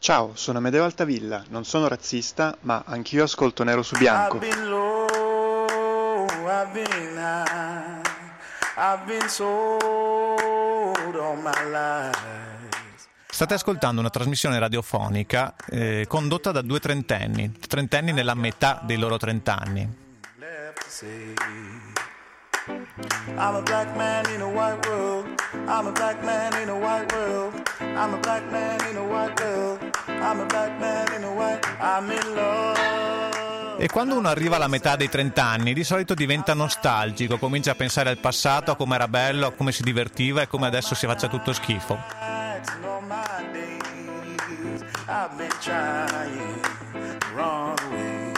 Ciao, sono Amedeo Altavilla, non sono razzista, ma anch'io ascolto Nero su Bianco. I've been low, I've been high, I've been sold all my life. State ascoltando una trasmissione radiofonica condotta da due trentenni nella metà dei loro 30 anni. I'm a black man in a white world. I'm a black man in a white world. I'm a black man in a white world. I'm a black man in a white. I'm in love. E quando uno arriva alla metà dei 30 anni, di solito diventa nostalgico, comincia a pensare al passato, a come era bello, a come si divertiva e come adesso si faccia tutto schifo. I've been trying the wrong way.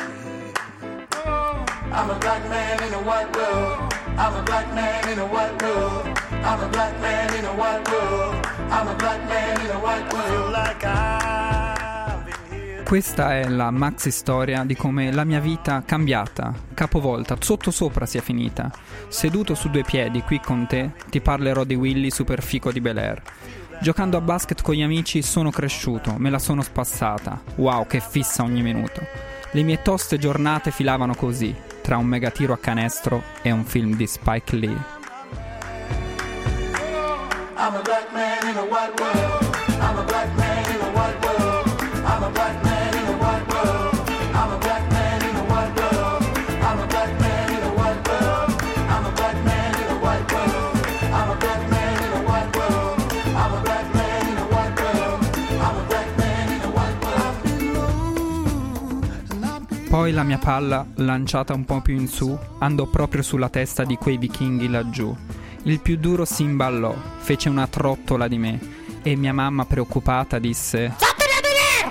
I'm a black man in a white world. I'm a black man in a white world. I'm a black man in a white world. I'm a black man in a white world. Like I've been here. Questa è la maxi storia di come la mia vita cambiata, capovolta, sottosopra sia finita. Seduto su due piedi qui con te, ti parlerò di Willy Superfico di Bel-Air. Giocando a basket con gli amici sono cresciuto, me la sono spassata. Wow, che fissa ogni minuto. Le mie toste giornate filavano così, tra un megatiro a canestro e un film di Spike Lee. I'm a black man in a white world. I'm a black man in a white world. I'm a black man in a white world. I'm a black man in a white world. I'm a black man in a white world. I'm a black man in a white world. I'm a black man in a white world. I'm a black man in a white world. I'm a black man in a white world. Poi la mia palla, lanciata un po' più in su, andò proprio sulla testa di quei vichinghi laggiù. Il più duro si imballò, fece una trottola di me e mia mamma preoccupata disse: "Fateli a vedere!"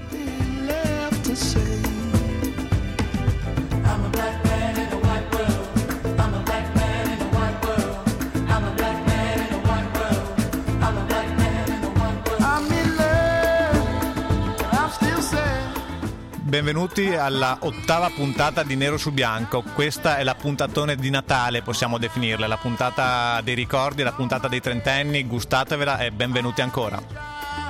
Benvenuti alla 8ª puntata di Nero su Bianco. Questa è la puntatone di Natale, possiamo definirla, la puntata dei ricordi, la puntata dei trentenni. Gustatevela e benvenuti ancora.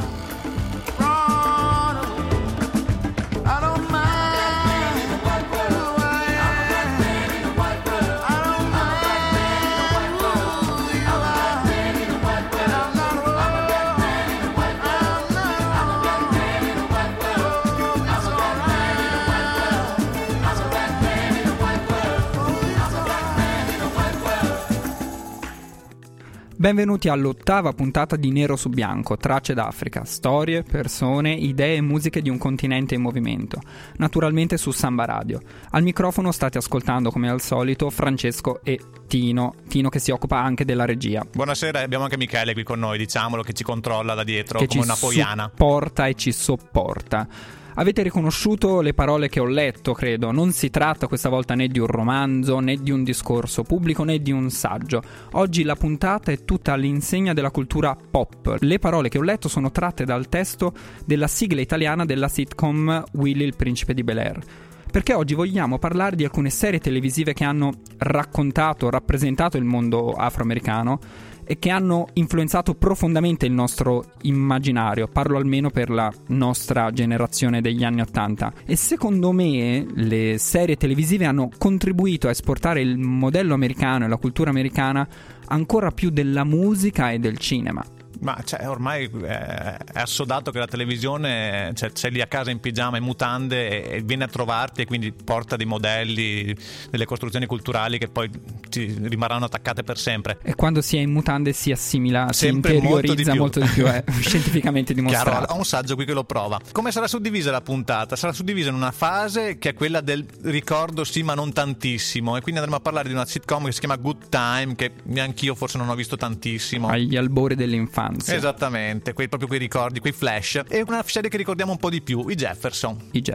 Benvenuti all'8ª puntata di Nero su Bianco, tracce d'Africa, storie, persone, idee e musiche di un continente in movimento, naturalmente su Samba Radio. Al microfono state ascoltando come al solito Francesco e Tino che si occupa anche della regia. Buonasera, abbiamo anche Michele qui con noi, diciamolo, che ci controlla da dietro che come una poiana. Che ci supporta e ci sopporta. Avete riconosciuto le parole che ho letto, credo. Non si tratta questa volta né di un romanzo, né di un discorso pubblico, né di un saggio. Oggi la puntata è tutta all'insegna della cultura pop. Le parole che ho letto sono tratte dal testo della sigla italiana della sitcom Willy il principe di Bel-Air. Perché oggi vogliamo parlare di alcune serie televisive che hanno raccontato, rappresentato il mondo afroamericano e che hanno influenzato profondamente il nostro immaginario, parlo almeno per la nostra generazione degli anni '80. E secondo me le serie televisive hanno contribuito a esportare il modello americano e la cultura americana ancora più della musica e del cinema. Ma cioè, ormai è assodato che la televisione, cioè, sei lì a casa in pigiama e mutande e viene a trovarti e quindi porta dei modelli, delle costruzioni culturali che poi ti rimarranno attaccate per sempre. E quando si è in mutande si assimila, sempre si interiorizza molto di più, è scientificamente dimostrato. Chiaro, ho un saggio qui che lo prova. Come sarà suddivisa la puntata? Sarà suddivisa in una fase che è quella del ricordo sì ma non tantissimo, e quindi andremo a parlare di una sitcom che si chiama Good Time, che neanch'io forse non ho visto tantissimo. Agli albori dell'infanzia. Esattamente, proprio quei ricordi, quei flash. E una serie che ricordiamo un po' di più, i Jefferson.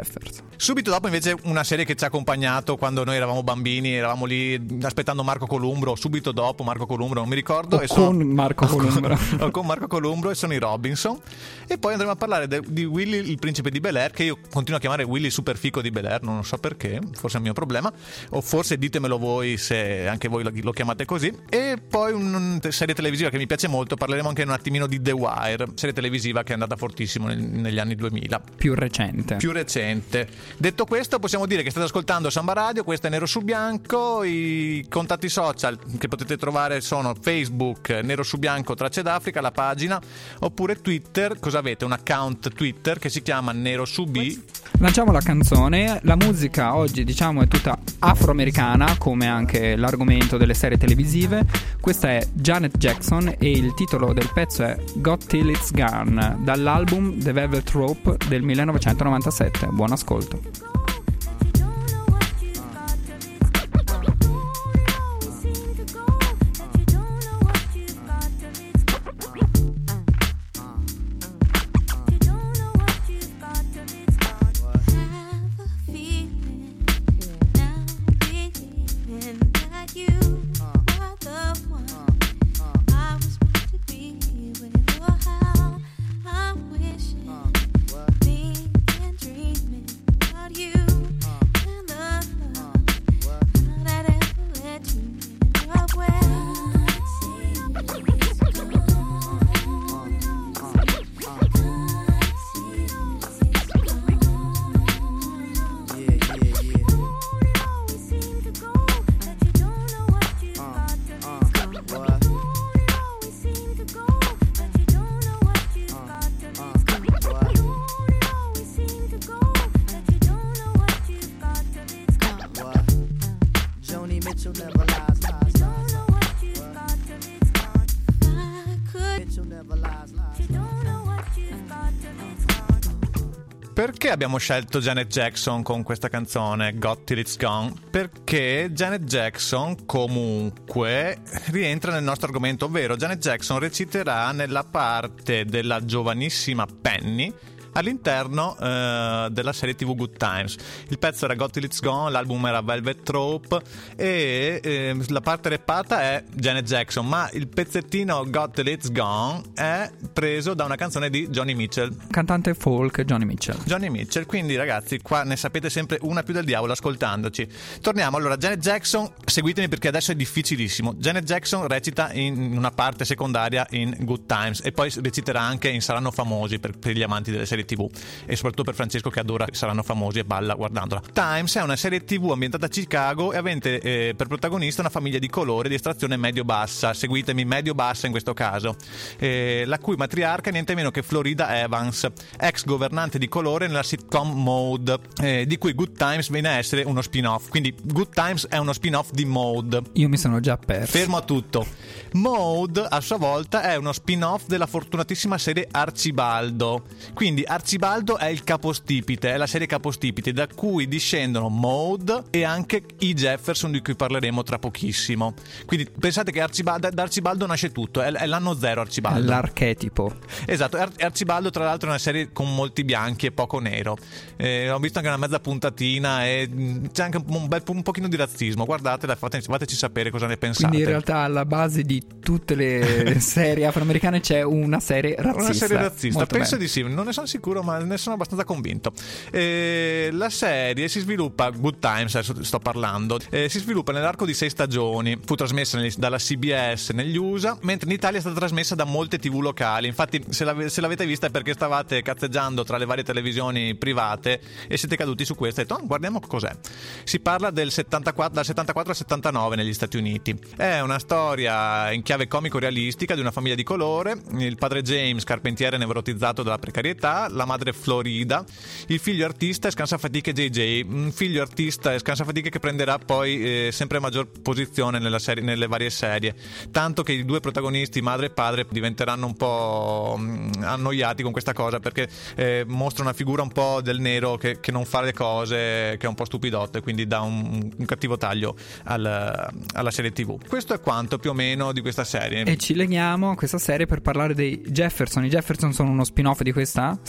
Subito dopo invece una serie che ci ha accompagnato quando noi eravamo bambini, eravamo lì aspettando Marco Columbro, subito dopo Marco Columbro, non mi ricordo. Con Marco Columbro, e sono i Robinson. E poi andremo a parlare di Willy il principe di Bel-Air, che io continuo a chiamare Willy Superfico di Bel-Air, non so perché, forse è il mio problema, o forse ditemelo voi se anche voi lo chiamate così. E poi una serie televisiva che mi piace molto, parleremo anche di una attimino di The Wire, serie televisiva che è andata fortissimo negli anni 2000. Più recente. Detto questo, possiamo dire che state ascoltando Samba Radio, questo è Nero su Bianco. I contatti social che potete trovare sono Facebook Nero su Bianco _d'Africa, la pagina, oppure Twitter. Cosa avete? Un account Twitter che si chiama Nero su B. Lanciamo la canzone. La musica oggi diciamo è tutta afroamericana, come anche l'argomento delle serie televisive. Questa è Janet Jackson e il titolo del pezzo è Got Till It's Gone, dall'album The Velvet Rope del 1997. Buon ascolto. Perché abbiamo scelto Janet Jackson con questa canzone Got Till It's Gone? Perché Janet Jackson comunque rientra nel nostro argomento, ovvero Janet Jackson reciterà nella parte della giovanissima Penny all'interno della serie TV Good Times. Il pezzo era Got Till It's Gone, l'album era Velvet Rope e la parte rappata è Janet Jackson, ma il pezzettino Got Till It's Gone è preso da una canzone di Johnny Mitchell, cantante folk Johnny Mitchell. Quindi ragazzi, qua ne sapete sempre una più del diavolo ascoltandoci. Torniamo allora. Janet Jackson, seguitemi perché adesso è difficilissimo. Janet Jackson recita in una parte secondaria in Good Times e poi reciterà anche in Saranno Famosi per gli amanti delle serie TV e soprattutto per Francesco che adora Saranno Famosi e balla guardandola. Times è una serie TV ambientata a Chicago e avente per protagonista una famiglia di colore di estrazione medio-bassa, seguitemi, medio-bassa in questo caso, la cui matriarca è niente meno che Florida Evans, ex governante di colore nella sitcom Maude, di cui Good Times viene a essere uno spin-off. Quindi Good Times è uno spin-off di Maude. Io mi sono già perso. Fermo a tutto. Maude a sua volta è uno spin-off della fortunatissima serie Arcibaldo. Quindi Arcibaldo è il capostipite, è la serie capostipite da cui discendono Maude e anche i Jefferson, di cui parleremo tra pochissimo. Quindi pensate che da Arcibaldo nasce tutto, è l'anno zero Arcibaldo. È l'archetipo. Esatto, Arcibaldo tra l'altro è una serie con molti bianchi e poco nero. Ho visto anche una mezza puntatina e c'è anche un pochino di razzismo. Guardatela, fateci sapere cosa ne pensate. Quindi in realtà alla base di tutte le serie afroamericane c'è una serie razzista. Una serie razzista, molto penso bene. di sì, non ne sono sicuro ma ne sono abbastanza convinto. La serie si sviluppa, Good Times adesso sto parlando, si sviluppa nell'arco di 6 stagioni. Fu trasmessa dalla CBS negli USA, mentre in Italia è stata trasmessa da molte TV locali. Infatti se l'avete vista è perché stavate cazzeggiando tra le varie televisioni private e siete caduti su questa e detto guardiamo cos'è. Si parla dal 74 al 79 negli Stati Uniti. È una storia in chiave comico-realistica di una famiglia di colore. Il padre James, carpentiere nevrotizzato dalla precarietà, la madre Florida, il figlio artista e scansafatiche JJ, un figlio artista e scansafatiche che prenderà poi sempre maggior posizione nelle varie serie, tanto che i due protagonisti, madre e padre, diventeranno un po' annoiati con questa cosa perché mostra una figura un po' del nero che non fa le cose, che è un po' stupidotto e quindi dà un cattivo taglio alla serie TV. Questo è quanto più o meno di questa serie. E ci leghiamo a questa serie per parlare dei Jefferson. I Jefferson sono uno spin-off di questa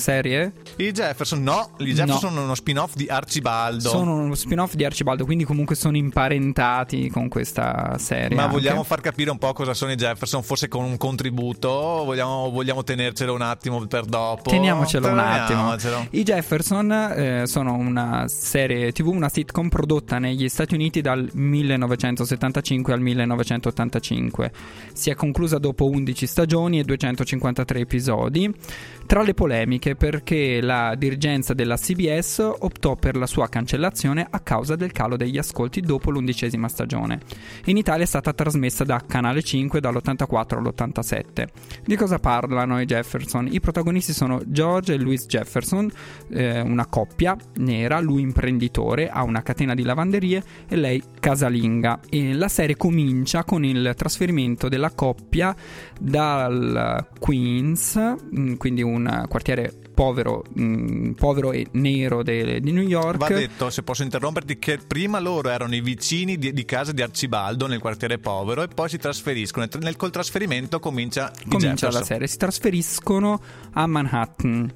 serie? I Jefferson sono uno spin-off di Arcibaldo. Sono uno spin-off di Arcibaldo, quindi comunque sono imparentati con questa serie. Ma anche. vogliamo far capire un po' cosa sono i Jefferson, forse con un contributo? Vogliamo tenercelo un attimo per dopo? Teniamocelo un attimo. I Jefferson sono una serie TV, una sitcom prodotta negli Stati Uniti dal 1975 al 1985. Si è conclusa dopo 11 stagioni e 253 episodi. Tra le polemiche, perché la dirigenza della CBS optò per la sua cancellazione a causa del calo degli ascolti dopo l'11ª stagione. In Italia è stata trasmessa da Canale 5 dall'84 all'87. Di cosa parlano i Jefferson? I protagonisti sono George e Louise Jefferson, una coppia nera, lui imprenditore, ha una catena di lavanderie e lei casalinga. E la serie comincia con il trasferimento della coppia dal Queens, quindi un quartiere povero e nero di New York. Va detto, se posso interromperti, che prima loro erano i vicini di casa di Arcibaldo nel quartiere povero e poi si trasferiscono. Col trasferimento comincia la serie. Si trasferiscono a Manhattan.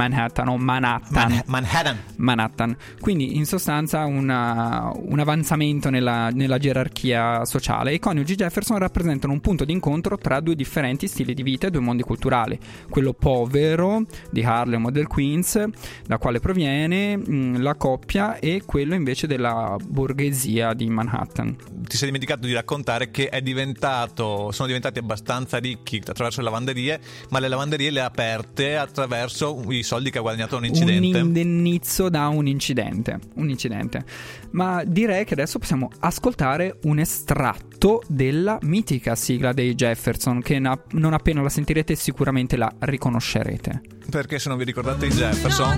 Quindi in sostanza un avanzamento nella gerarchia sociale. I coniugi Jefferson rappresentano un punto di incontro tra due differenti stili di vita e due mondi culturali: quello povero di Harlem o del Queens, da quale proviene la coppia, e quello invece della borghesia di Manhattan. Ti sei dimenticato di raccontare che sono diventati abbastanza ricchi attraverso le lavanderie, ma le lavanderie le ha aperte attraverso i soldi che ha guadagnato un incidente. Un indennizzo da un incidente. Ma direi che adesso possiamo ascoltare un estratto della mitica sigla dei Jefferson, che non appena la sentirete sicuramente la riconoscerete. Perché se non vi ricordate i Jefferson...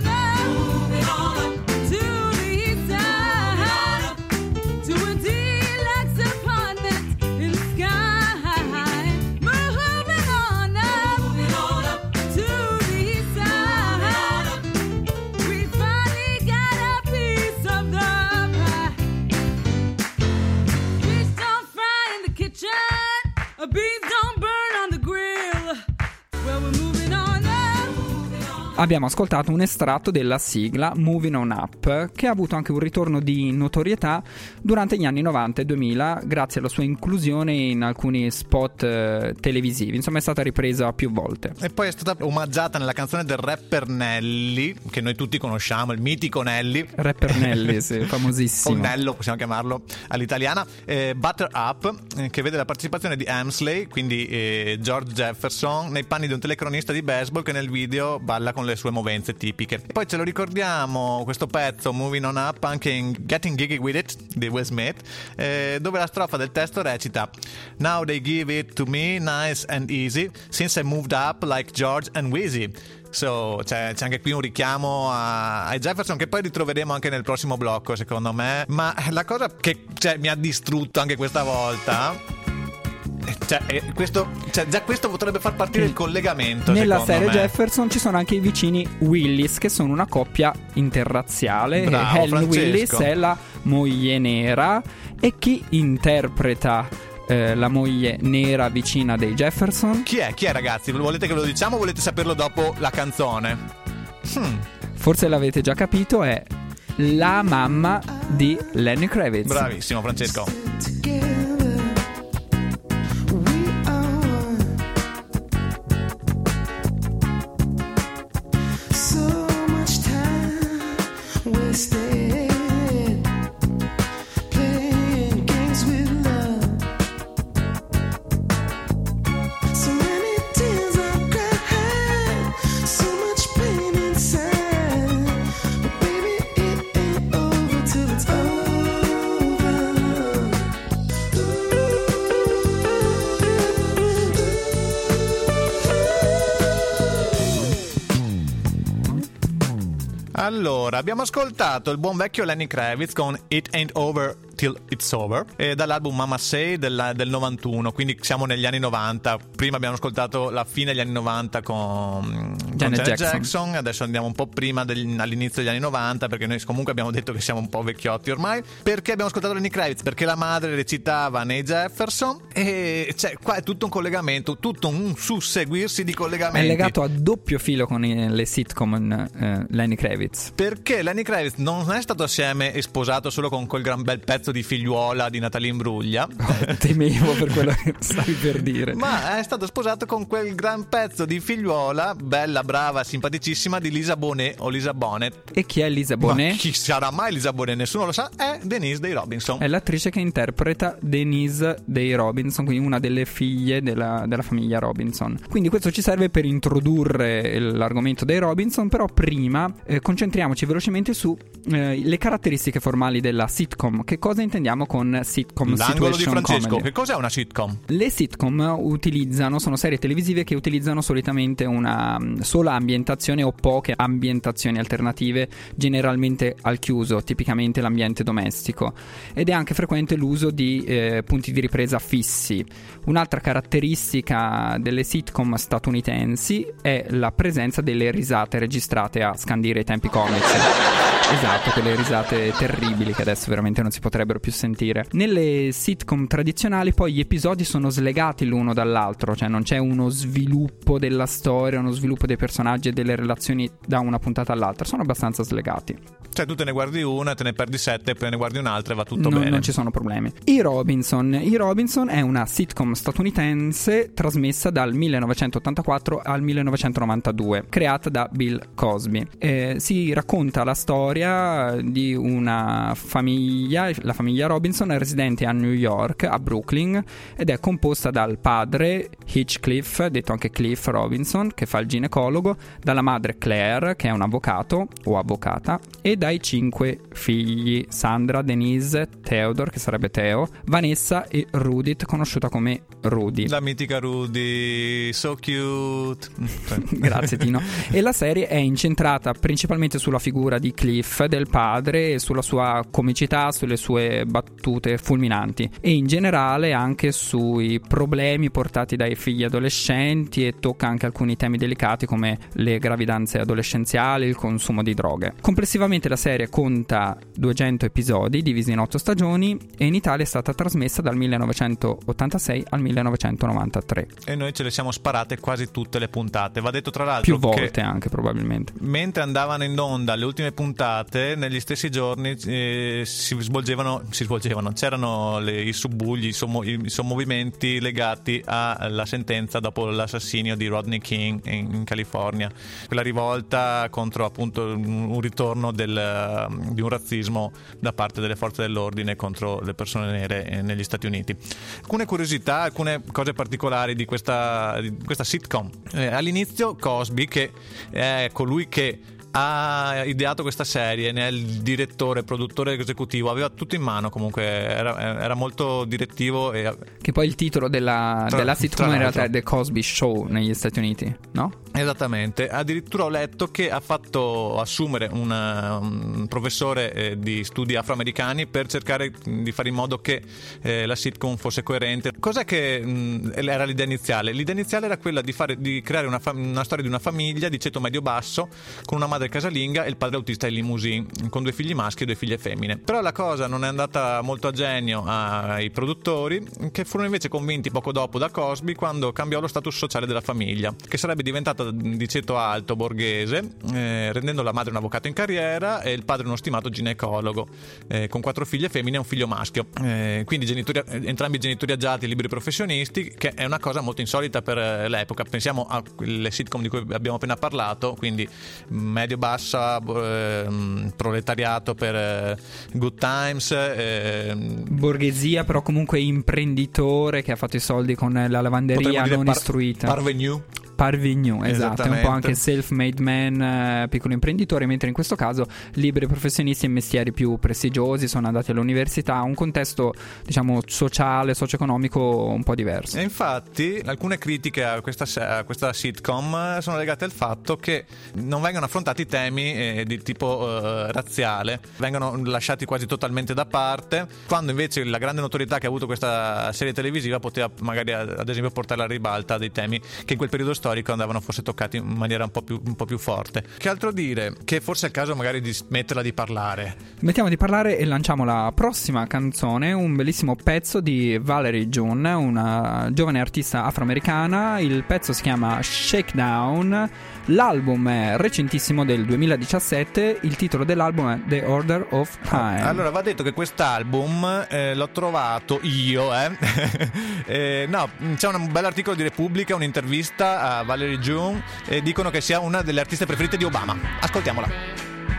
Abbiamo ascoltato un estratto della sigla Moving On Up, che ha avuto anche un ritorno di notorietà durante gli anni 90 e 2000 grazie alla sua inclusione in alcuni spot televisivi. Insomma, è stata ripresa più volte. E poi è stata omaggiata nella canzone del rapper Nelly, che noi tutti conosciamo, il mitico Nelly. Rapper Nelly, sì, famosissimo. O Nello, possiamo chiamarlo all'italiana. Butter Up, che vede la partecipazione di Hemsley, quindi George Jefferson, nei panni di un telecronista di baseball che nel video balla con le sue movenze tipiche. E poi ce lo ricordiamo questo pezzo Moving On Up anche in Getting Jiggy With It di Will Smith, dove la strofa del testo recita: Now they give it to me nice and easy since I moved up like George and Wheezy. So, c'è anche qui un richiamo ai Jefferson, che poi ritroveremo anche nel prossimo blocco, secondo me. Ma la cosa che mi ha distrutto anche questa volta, già questo potrebbe far partire il collegamento. Nella serie me. Jefferson ci sono anche i vicini Willis, che sono una coppia interrazziale. Bravo, Helen Francesco. Willis è la moglie nera. E chi interpreta la moglie nera vicina dei Jefferson? Chi è ragazzi? Volete che ve lo diciamo o volete saperlo dopo la canzone? Forse l'avete già capito, è la mamma di Lenny Kravitz. Bravissimo Francesco. Allora, abbiamo ascoltato il buon vecchio Lenny Kravitz con It Ain't Over Till It's Over, e dall'album Mama Say del 91, quindi siamo negli anni 90. Prima abbiamo ascoltato la fine degli anni 90 con Janet Jackson, adesso andiamo un po' prima all'inizio degli anni 90, perché noi comunque abbiamo detto che siamo un po' vecchiotti ormai. Perché abbiamo ascoltato Lenny Kravitz? Perché la madre recitava nei Jefferson, e qua è tutto un collegamento, tutto un susseguirsi di collegamenti. È legato a doppio filo con le sitcom Lenny Kravitz. Perché Lenny Kravitz non è stato assieme e sposato solo con quel gran bel pezzo di figliuola di Natalie Imbruglia. Temevo per quello che stavi per dire. Ma è stato sposato con quel gran pezzo di figliuola, bella, brava, simpaticissima, di Lisa Bonet o Lisa Bonet. E chi è Lisa Bonet? Ma chi sarà mai Lisa Bonet? Nessuno lo sa. È Denise Day Robinson. È l'attrice che interpreta Denise Day Robinson, quindi una delle figlie della famiglia Robinson. Quindi questo ci serve per introdurre l'argomento dei Robinson, però prima concentriamoci velocemente su le caratteristiche formali della sitcom. Che cosa intendiamo con sitcom? L'angolo di Francesco, comedy. che cos'è una sitcom? Le sitcom sono serie televisive che utilizzano solitamente una sola ambientazione o poche ambientazioni alternative, generalmente al chiuso, tipicamente l'ambiente domestico, ed è anche frequente l'uso di punti di ripresa fissi. Un'altra caratteristica delle sitcom statunitensi è la presenza delle risate registrate a scandire i tempi comici. Esatto, quelle risate terribili che adesso veramente non si potrebbero più sentire. Nelle sitcom tradizionali poi gli episodi sono slegati l'uno dall'altro, cioè non c'è uno sviluppo della storia, uno sviluppo dei personaggi e delle relazioni da una puntata all'altra, sono abbastanza slegati. Cioè tu te ne guardi una, te ne perdi 7, poi ne guardi un'altra e va tutto bene. Non ci sono problemi. I Robinson è una sitcom statunitense trasmessa dal 1984 al 1992, creata da Bill Cosby. Si racconta la storia di una famiglia, la famiglia Robinson, residente a New York, a Brooklyn, ed è composta dal padre Hitchcliff, detto anche Cliff Robinson, che fa il ginecologo, dalla madre Claire, che è un avvocato o avvocata, e dai 5 figli: Sandra, Denise, Theodore, che sarebbe Theo, Vanessa e Rudith, conosciuta come Rudy. La mitica Rudy, so cute. Grazie Tino. E la serie è incentrata principalmente sulla figura di Cliff, del padre, e sulla sua comicità, sulle sue battute fulminanti, e in generale anche sui problemi portati dai figli adolescenti, e tocca anche alcuni temi delicati come le gravidanze adolescenziali, il consumo di droghe. Complessivamente la serie conta 200 episodi divisi in 8 stagioni, e in Italia è stata trasmessa dal 1986 al 1993. E noi ce le siamo sparate quasi tutte le puntate. Va detto tra l'altro più volte anche probabilmente. Mentre andavano in onda le ultime puntate, negli stessi giorni si svolgevano, c'erano i subbugli, i sommovimenti legati alla sentenza dopo l'assassinio di Rodney King in California, quella rivolta contro appunto un ritorno di un razzismo da parte delle forze dell'ordine contro le persone nere negli Stati Uniti. Alcune curiosità, alcune cose particolari di questa sitcom. All'inizio Cosby, che è colui che ha ideato questa serie, ne è il direttore, produttore esecutivo, aveva tutto in mano, comunque era molto direttivo. Che poi il titolo della sitcom in realtà è The Cosby Show negli Stati Uniti, no? Esattamente. Addirittura ho letto che ha fatto assumere un professore di studi afroamericani per cercare di fare in modo che la sitcom fosse coerente. Cos'è che era l'idea iniziale? L'idea iniziale era quella di creare una storia di una famiglia di ceto medio-basso, con una madre casalinga e il padre autista in limousine, con 2 figli maschi e 2 figlie femmine. Però la cosa non è andata molto a genio ai produttori, che furono invece convinti poco dopo da Cosby, quando cambiò lo status sociale della famiglia, che sarebbe diventata di ceto alto borghese, rendendo la madre un avvocato in carriera e il padre uno stimato ginecologo, con 4 figlie femmine e un figlio maschio, quindi entrambi genitori agiati, liberi professionisti, che è una cosa molto insolita per l'epoca. Pensiamo alle sitcom di cui abbiamo appena parlato, quindi medio-bassa, proletariato per Good Times, borghesia però comunque imprenditore che ha fatto i soldi con la lavanderia non istruita. Parvenu. parvenu, esatto, è un po' anche self-made man, piccolo imprenditore, mentre in questo caso liberi professionisti e mestieri più prestigiosi, sono andati all'università, un contesto diciamo sociale, socio-economico un po' diverso. E infatti alcune critiche a questa sitcom sono legate al fatto che non vengono affrontati temi di tipo razziale, vengono lasciati quasi totalmente da parte, quando invece la grande notorietà che ha avuto questa serie televisiva poteva magari ad esempio portare alla ribalta dei temi che in quel periodo storico andavano forse toccati in maniera un po' più forte. Che altro dire? Che forse è il caso magari di smetterla di parlare. Smettiamo di parlare e lanciamo la prossima canzone, un bellissimo pezzo di Valerie June, una giovane artista afroamericana. Il pezzo si chiama Shakedown, l'album è recentissimo del 2017, il titolo dell'album è The Order of Time. Allora va detto che quest'album l'ho trovato io no, c'è un bell'articolo di Repubblica, un'intervista a Valerie June e dicono che sia una delle artiste preferite di Obama. Ascoltiamola.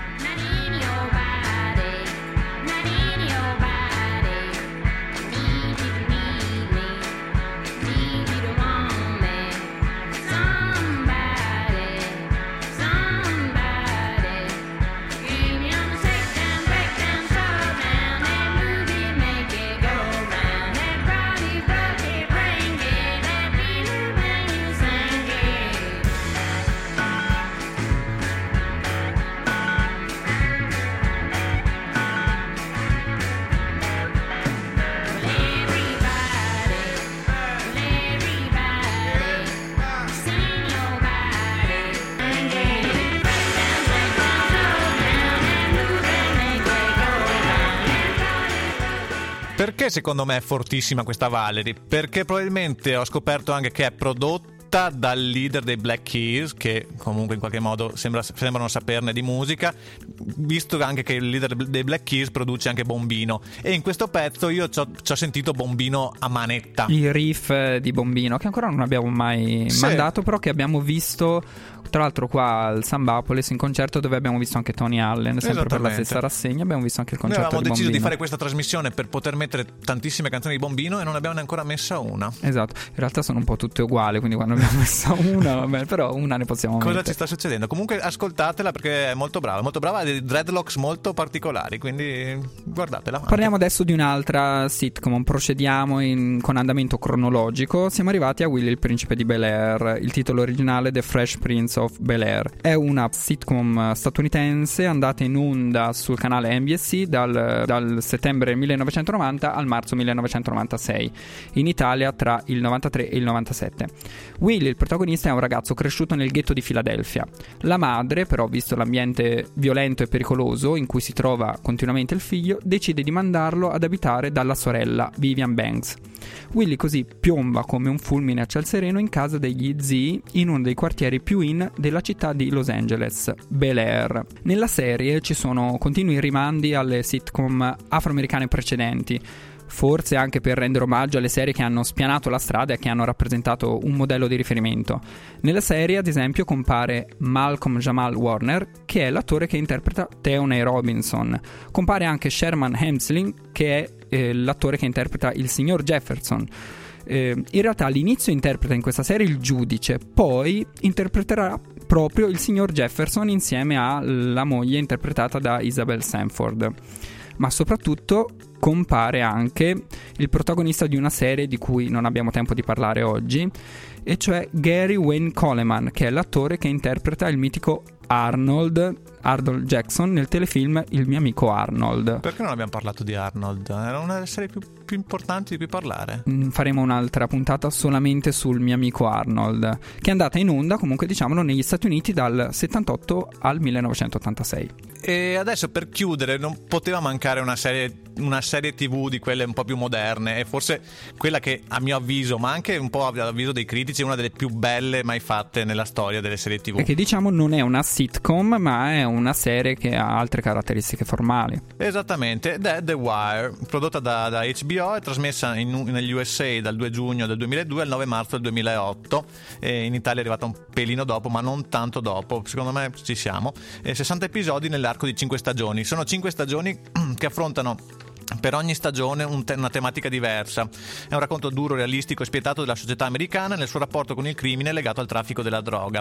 Perché secondo me è fortissima questa Valerie? Perché probabilmente ho scoperto anche che è prodotta dal leader dei Black Keys, che comunque in qualche modo sembrano saperne di musica, visto anche che il leader dei Black Keys produce anche Bombino, e in questo pezzo io ci ho sentito Bombino a manetta, il riff di Bombino che ancora non abbiamo mai mandato, però che abbiamo visto tra l'altro qua al Sambapolis in concerto, dove abbiamo visto anche Tony Allen, sempre per la stessa rassegna. Abbiamo visto anche il concerto di Bombino. Noi avevamo deciso di fare questa trasmissione per poter mettere tantissime canzoni di Bombino e non abbiamo ancora messa una. Esatto, in realtà sono un po' tutte uguali, quindi quando abbiamo messo una, vabbè, però una ne possiamo mettere. Cosa ci sta succedendo? Comunque ascoltatela perché è molto brava, ha dei dreadlocks molto particolari, quindi guardatela. Parliamo adesso di un'altra sitcom, procediamo con andamento cronologico. Siamo arrivati a Willy il principe di Bel-Air, il titolo originale The Fresh Prince of Bel-Air. È una sitcom statunitense andata in onda sul canale NBC dal settembre 1990 al marzo 1996, in Italia tra il 93 e il 97. Willy, il protagonista, è un ragazzo cresciuto nel ghetto di Filadelfia. La madre, però, visto l'ambiente violento e pericoloso in cui si trova continuamente il figlio, decide di mandarlo ad abitare dalla sorella Vivian Banks. Willy così piomba come un fulmine a ciel sereno in casa degli zii in uno dei quartieri più in della città di Los Angeles, Bel-Air. Nella serie ci sono continui rimandi alle sitcom afroamericane precedenti, forse anche per rendere omaggio alle serie che hanno spianato la strada e che hanno rappresentato un modello di riferimento. Nella serie, ad esempio, compare Malcolm Jamal Warner, che è l'attore che interpreta Theonay Robinson. Compare anche Sherman Hemsley, che è l'attore che interpreta il signor Jefferson. In realtà all'inizio interpreta in questa serie il giudice, poi interpreterà proprio il signor Jefferson insieme alla moglie interpretata da Isabel Sanford. Ma soprattutto compare anche il protagonista di una serie di cui non abbiamo tempo di parlare oggi, e cioè Gary Wayne Coleman, che è l'attore che interpreta il mitico Arnold Jackson nel telefilm Il mio amico Arnold. Perché non abbiamo parlato di Arnold? Era una delle serie più importanti di cui parlare. Faremo un'altra puntata solamente sul mio amico Arnold, che è andata in onda, comunque diciamolo, negli Stati Uniti dal 78 al 1986. E adesso, per chiudere, non poteva mancare una serie TV di quelle un po' più moderne, e forse quella che, a mio avviso, ma anche un po' all'avviso dei critici, è una delle più belle mai fatte nella storia delle serie TV. E che, diciamo, non è una sitcom, ma è una serie che ha altre caratteristiche formali. Esattamente, The Wire, prodotta da HBO e trasmessa negli USA dal 2 giugno del 2002 al 9 marzo del 2008, e in Italia è arrivata un pelino dopo, ma non tanto dopo, secondo me ci siamo. 60 episodi nell'arco di 5 stagioni. Sono 5 stagioni che affrontano per ogni stagione una tematica diversa. È un racconto duro, realistico e spietato della società americana nel suo rapporto con il crimine legato al traffico della droga.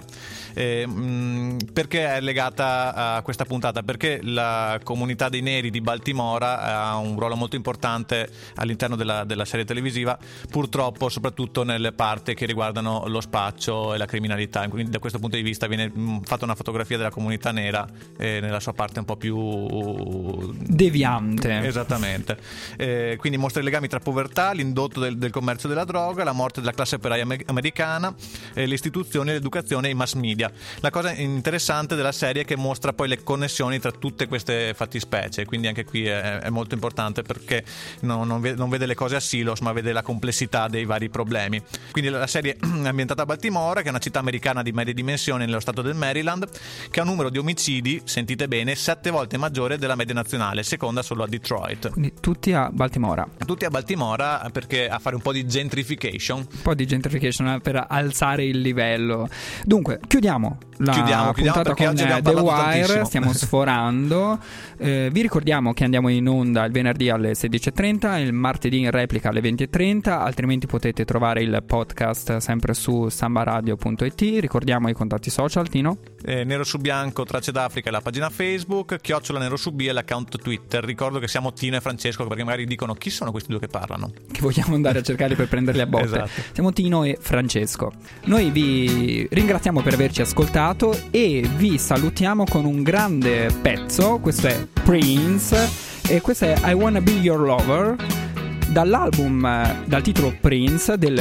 Perché è legata a questa puntata? Perché la comunità dei neri di Baltimora ha un ruolo molto importante all'interno della serie televisiva, purtroppo soprattutto nelle parti che riguardano lo spaccio e la criminalità. Quindi da questo punto di vista viene fatta una fotografia della comunità nera nella sua parte un po' più deviante. Esattamente. Quindi mostra i legami tra povertà, l'indotto del commercio della droga, la morte della classe operaia americana, le istituzioni, l'educazione e i mass media. La cosa interessante della serie è che mostra poi le connessioni tra tutte queste fattispecie, quindi anche qui è molto importante, perché non vede le cose a silos, ma vede la complessità dei vari problemi. Quindi la serie è ambientata a Baltimora, che è una città americana di medie dimensioni nello stato del Maryland, che ha un numero di omicidi, sentite bene, 7 volte maggiore della media nazionale, seconda solo a Detroit. Quindi tutti a Baltimora. Tutti a Baltimora, perché a fare un po' di gentrification. Un po' di gentrification per alzare il livello. Dunque, chiudiamo la puntata con The Wire. Stiamo sforando. Vi ricordiamo che andiamo in onda il venerdì alle 16:30, il martedì in replica alle 20:30, altrimenti potete trovare il podcast sempre su sambaradio.it. Ricordiamo i contatti social, Tino. Nero su bianco Tracce d'Africa è la pagina Facebook, @Nero su B è l'account Twitter. Ricordo che siamo Tino e Francesco, perché magari dicono chi sono questi due che parlano, che vogliamo andare a cercare per prenderli a botte. Esatto. Siamo Tino e Francesco. Noi vi ringraziamo per averci ascoltato e vi salutiamo con un grande pezzo. Questo è Prince e questo è I Wanna Be Your Lover, dall'album dal titolo Prince del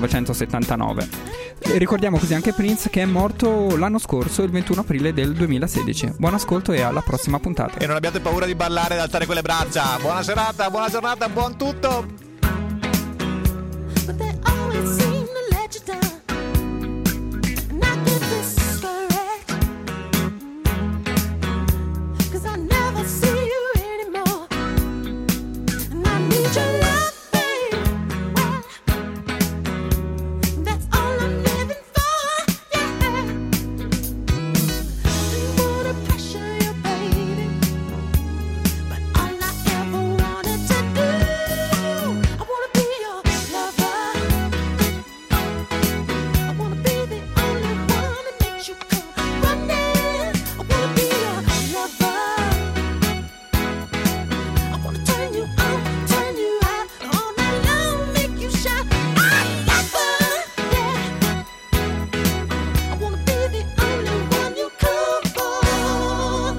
1979. Ricordiamo così anche Prince, che è morto l'anno scorso, il 21 aprile del 2016. Buon ascolto e alla prossima puntata. E non abbiate paura di ballare e alzare quelle braccia. Buona serata, buona giornata, buon tutto. See